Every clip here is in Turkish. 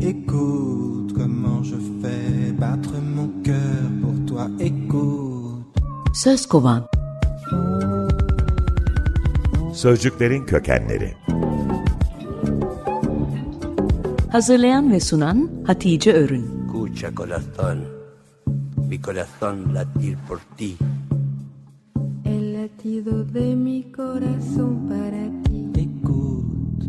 Écoute comment je fais battre mon cœur pour toi. Écoute. Söz kovan. Sözcüklerin kökenleri. Hazırlayan ve sunan Hatice Örün. Escucha corazón, mi corazón latir por ti. El latido de mi corazón para ti. Écoute.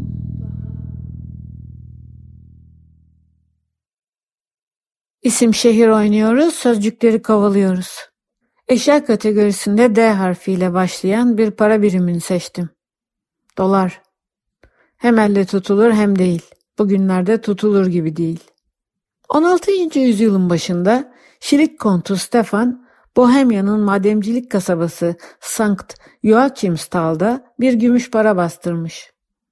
İsim şehir oynuyoruz, sözcükleri kovalıyoruz. Eşya kategorisinde D harfiyle başlayan bir para birimini seçtim. Dolar. Hem elle tutulur hem değil. Bugünlerde tutulur gibi değil. 16. yüzyılın başında Şilik kontu Stefan, Bohemya'nın madencilik kasabası Sankt Joachimsthal'da bir gümüş para bastırmış.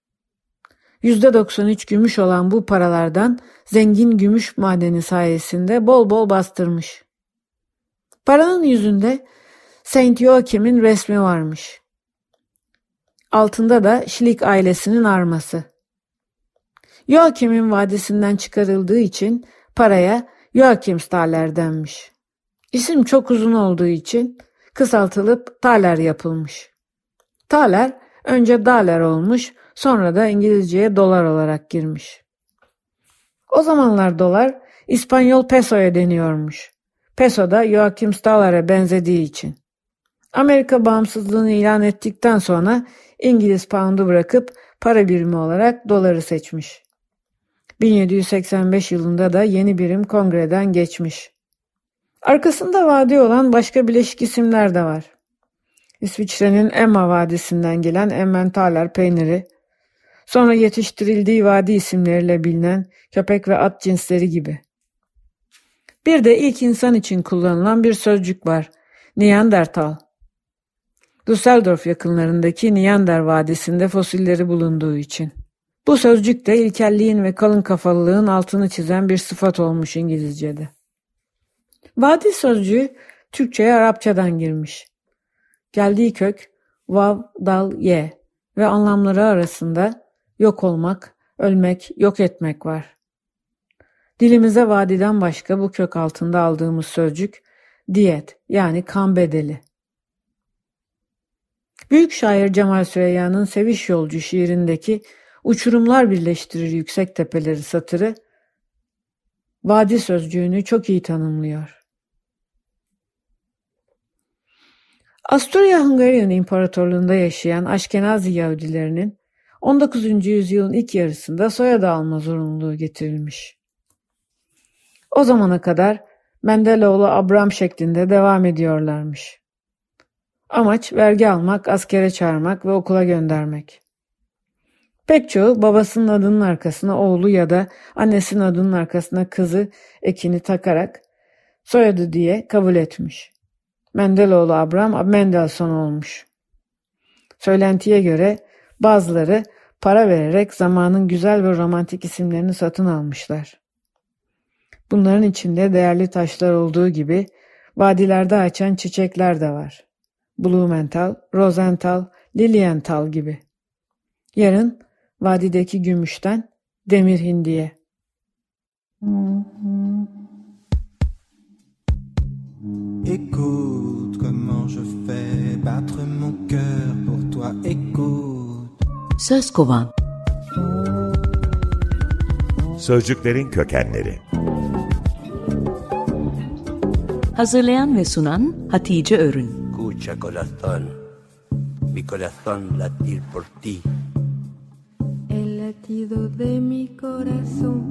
%93 gümüş olan bu paralardan zengin gümüş madeni sayesinde bol bol bastırmış. Paranın yüzünde Saint Joachim'in resmi varmış. Altında da Şilik ailesinin arması. Joachim'in vadisinden çıkarıldığı için paraya Joachimsthaler denmiş. İsim çok uzun olduğu için kısaltılıp Thaler yapılmış. Thaler önce Daler olmuş, sonra da İngilizceye dolar olarak girmiş. O zamanlar dolar İspanyol pesoya deniyormuş. Peso da Joachimsthaler'e benzediği için. Amerika bağımsızlığını ilan ettikten sonra İngiliz pound'u bırakıp para birimi olarak doları seçmiş. 1785 yılında da yeni birim kongreden geçmiş. Arkasında vadi olan başka bileşik isimler de var. İsviçre'nin Emma Vadisi'nden gelen Emmentaler peyniri, sonra yetiştirildiği vadi isimleriyle bilinen köpek ve at cinsleri gibi. Bir de ilk insan için kullanılan bir sözcük var, Neandertal. Düsseldorf yakınlarındaki Neander Vadisi'nde fosilleri bulunduğu için. Bu sözcük de ilkelliğin ve kalın kafalılığın altını çizen bir sıfat olmuş İngilizce'de. Vadi sözcüğü Türkçe'ye Arapçadan girmiş. Geldiği kök vav, dal, ye ve anlamları arasında yok olmak, ölmek, yok etmek var. Dilimize vadiden başka bu kök altında aldığımız sözcük diyet yani kan bedeli. Büyük şair Cemal Süreyya'nın Seviş Yolcu şiirindeki uçurumlar birleştirir yüksek tepeleri satırı vadi sözcüğünü çok iyi tanımlıyor. Asturya-Hungarian İmparatorluğu'nda yaşayan Aşkenazi Yahudilerinin 19. yüzyılın ilk yarısında soyadı alma zorunluluğu getirilmiş. O zamana kadar Mendeloğlu Abram şeklinde devam ediyorlarmış. Amaç vergi almak, askere çağırmak ve okula göndermek. Pek çoğu babasının adının arkasına oğlu ya da annesinin adının arkasına kızı ekini takarak soyadı diye kabul etmiş. Mendeloğlu Abram Mendelson olmuş. Söylentiye göre bazıları para vererek zamanın güzel ve romantik isimlerini satın almışlar. Bunların içinde değerli taşlar olduğu gibi vadilerde açan çiçekler de var. Blumenthal, Rosenthal, Lilienthal gibi. Yarın vadideki gümüşten demir hindiye. Écoute comment je fais battre mon cœur pour toi. Écoute. Söz kovan. Sözcüklerin kökenleri. Hazırlayan ve sunan Hatice Örün. Escucha corazón, mi corazón latir por ti. El latido de mi corazón